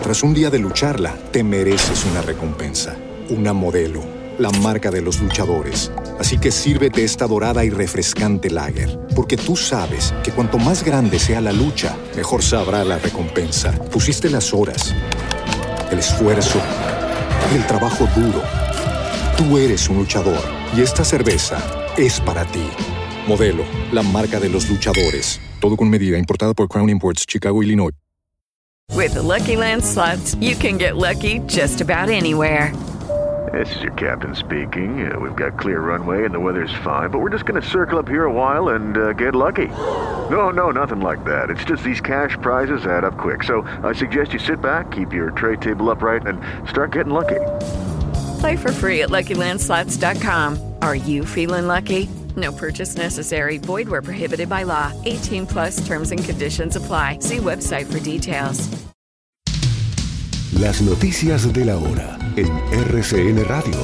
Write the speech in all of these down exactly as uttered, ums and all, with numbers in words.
Tras un día de lucharla, te mereces una recompensa, una Modelo, la marca de los luchadores. Así que sírvete esta dorada y refrescante lager, porque tú sabes que cuanto más grande sea la lucha, mejor sabrá la recompensa. Pusiste las horas, el esfuerzo, el trabajo duro. Tú eres un luchador y esta cerveza es para ti. Modelo, la marca de los luchadores. Todo con medida, importada por Crown Imports, Chicago, Illinois. With the Lucky Land Slots, you can get lucky just about anywhere. This is your captain speaking. Uh, we've got clear runway and the weather's fine, but we're just going to circle up here a while and uh, get lucky. No, no, nothing like that. It's just these cash prizes add up quick. So I suggest you sit back, keep your tray table upright, and start getting lucky. Play for free at Lucky Land Slots dot com. Are you feeling lucky? No purchase necessary. Void where prohibited by law. eighteen plus terms and conditions apply. See website for details. Las noticias de la hora en R C N Radio.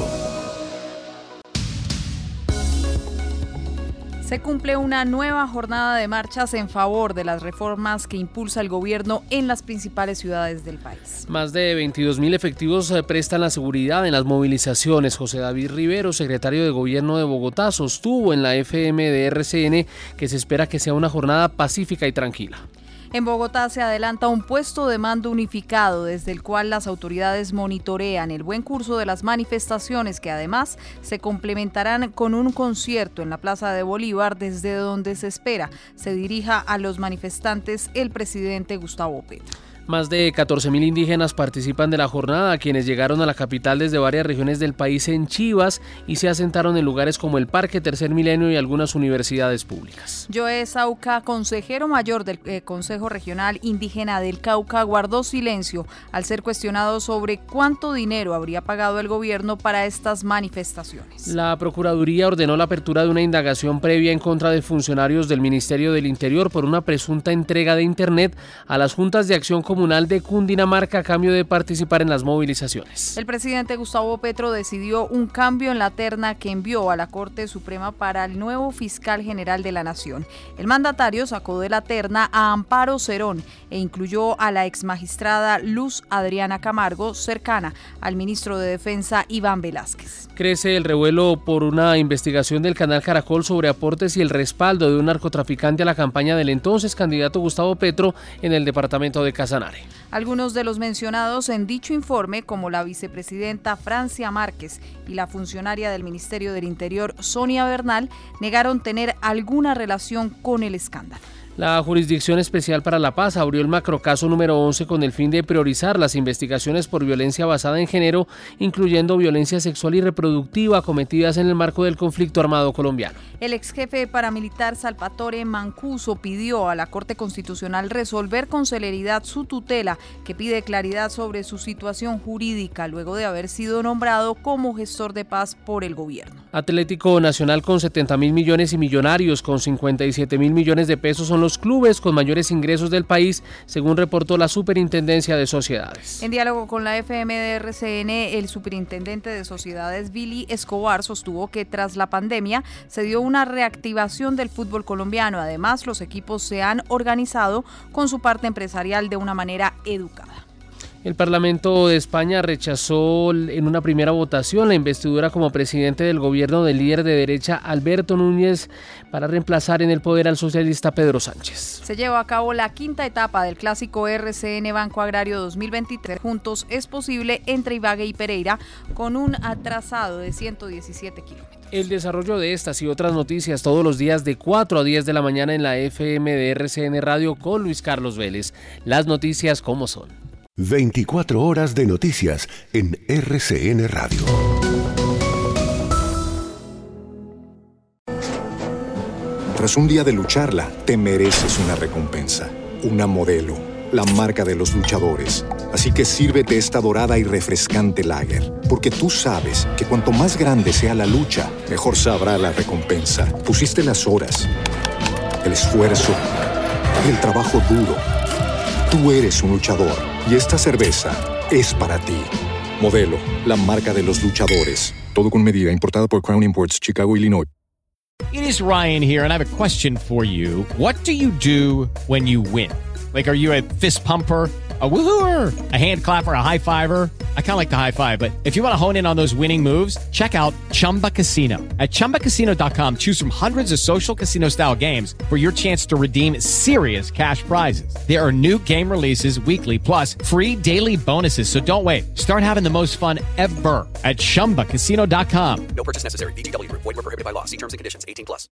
Se cumple una nueva jornada de marchas en favor de las reformas que impulsa el gobierno en las principales ciudades del país. Más de veintidós mil efectivos prestan la seguridad en las movilizaciones. José David Rivero, secretario de Gobierno de Bogotá, sostuvo en la F M de R C N que se espera que sea una jornada pacífica y tranquila. En Bogotá se adelanta un puesto de mando unificado desde el cual las autoridades monitorean el buen curso de las manifestaciones, que además se complementarán con un concierto en la Plaza de Bolívar, desde donde se espera se dirija a los manifestantes el presidente Gustavo Petro. Más de catorce mil indígenas participan de la jornada, quienes llegaron a la capital desde varias regiones del país en Chivas y se asentaron en lugares como el Parque Tercer Milenio y algunas universidades públicas. Joe Sauca, consejero mayor del eh, Consejo Regional Indígena del Cauca, guardó silencio al ser cuestionado sobre cuánto dinero habría pagado el gobierno para estas manifestaciones. La Procuraduría ordenó la apertura de una indagación previa en contra de funcionarios del Ministerio del Interior por una presunta entrega de Internet a las juntas de acción comunal de Cundinamarca a cambio de participar en las movilizaciones. El presidente Gustavo Petro decidió un cambio en la terna que envió a la Corte Suprema para el nuevo fiscal general de la Nación. El mandatario sacó de la terna a Amparo Cerón e incluyó a la exmagistrada Luz Adriana Camargo, cercana al ministro de Defensa Iván Velázquez. Crece el revuelo por una investigación del canal Caracol sobre aportes y el respaldo de un narcotraficante a la campaña del entonces candidato Gustavo Petro en el departamento de Casanare. Algunos de los mencionados en dicho informe, como la vicepresidenta Francia Márquez y la funcionaria del Ministerio del Interior Sonia Bernal, negaron tener alguna relación con el escándalo. La Jurisdicción Especial para la Paz abrió el macrocaso número once con el fin de priorizar las investigaciones por violencia basada en género, incluyendo violencia sexual y reproductiva cometidas en el marco del conflicto armado colombiano. El ex jefe paramilitar Salvatore Mancuso pidió a la Corte Constitucional resolver con celeridad su tutela, que pide claridad sobre su situación jurídica luego de haber sido nombrado como gestor de paz por el gobierno. Atlético Nacional con setenta mil millones y Millonarios con cincuenta y siete mil millones de pesos son los clubes con mayores ingresos del país, según reportó la Superintendencia de Sociedades. En diálogo con la F M de R C N, el superintendente de Sociedades, Billy Escobar, sostuvo que tras la pandemia se dio una reactivación del fútbol colombiano. Además, los equipos se han organizado con su parte empresarial de una manera educada. El Parlamento de España rechazó en una primera votación la investidura como presidente del gobierno del líder de derecha Alberto Núñez para reemplazar en el poder al socialista Pedro Sánchez. Se llevó a cabo la quinta etapa del clásico R C N Banco Agrario dos mil veintitrés. Juntos es posible entre Ibagué y Pereira, con un trazado de ciento diecisiete kilómetros. El desarrollo de estas y otras noticias todos los días de cuatro a diez de la mañana en la F M de R C N Radio con Luis Carlos Vélez. Las noticias como son. veinticuatro horas de noticias en R C N Radio. Tras un día de lucharla, te mereces una recompensa, una Modelo, la marca de los luchadores. Así que sírvete esta dorada y refrescante lager, porque tú sabes que cuanto más grande sea la lucha, mejor sabrá la recompensa. Pusiste las horas, el esfuerzo, el trabajo duro. Tú eres un luchador y esta cerveza es para ti. Modelo, la marca de los luchadores. Todo con medida, importada por Crown Imports, Chicago, Illinois. It is Ryan here, and I have a question for you. What do you do when you win? Like, are you a fist pumper? A woohooer, a hand clapper, a high fiver. I kind of like the high five, but if you want to hone in on those winning moves, check out Chumba Casino. At chumba casino dot com, choose from hundreds of social casino style games for your chance to redeem serious cash prizes. There are new game releases weekly, plus free daily bonuses. So don't wait. Start having the most fun ever at chumba casino dot com. No purchase necessary. V G W Group. Void where prohibited by law. See terms and conditions. eighteen plus.